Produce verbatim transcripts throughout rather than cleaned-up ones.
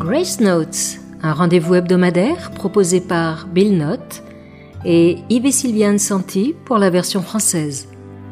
Grace Notes, un rendez-vous hebdomadaire proposé par Bill Knott et Yves et Sylviane Santi pour la version française.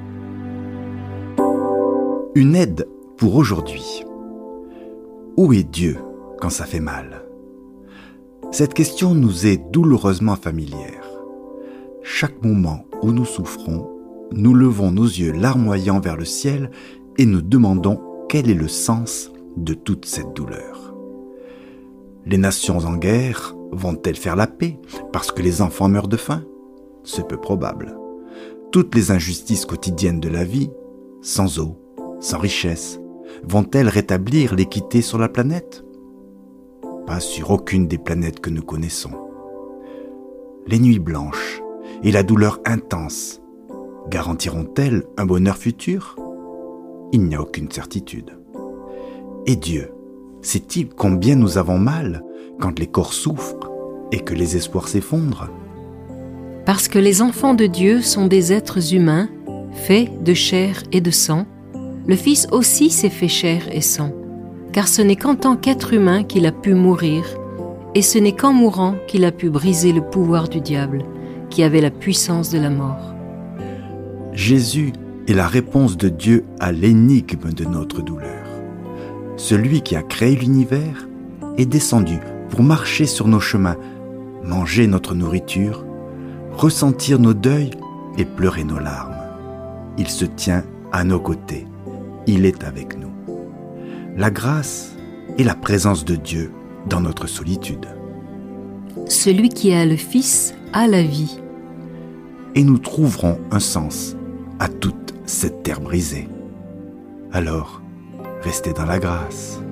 Une aide pour aujourd'hui. Où est Dieu quand ça fait mal ? Cette question nous est douloureusement familière. Chaque moment où nous souffrons, nous levons nos yeux larmoyants vers le ciel et nous demandons quel est le sens de toute cette douleur. Les nations en guerre vont-elles faire la paix parce que les enfants meurent de faim ? C'est peu probable. Toutes les injustices quotidiennes de la vie, sans eau, sans richesse, vont-elles rétablir l'équité sur la planète ? Pas sur aucune des planètes que nous connaissons. Les nuits blanches et la douleur intense garantiront-elles un bonheur futur ? Il n'y a aucune certitude. Et Dieu, sait-il combien nous avons mal quand les corps souffrent et que les espoirs s'effondrent ? Parce que les enfants de Dieu sont des êtres humains, faits de chair et de sang, le Fils aussi s'est fait chair et sang, car ce n'est qu'en tant qu'être humain qu'il a pu mourir, et ce n'est qu'en mourant qu'il a pu briser le pouvoir du diable, qui avait la puissance de la mort. Jésus est la réponse de Dieu à l'énigme de notre douleur. Celui qui a créé l'univers est descendu pour marcher sur nos chemins, manger notre nourriture, ressentir nos deuils et pleurer nos larmes. Il se tient à nos côtés. Il est avec nous. La grâce est la présence de Dieu dans notre solitude. Celui qui a le Fils a la vie. Et nous trouverons un sens à toute cette terre brisée. Alors, restez dans la grâce.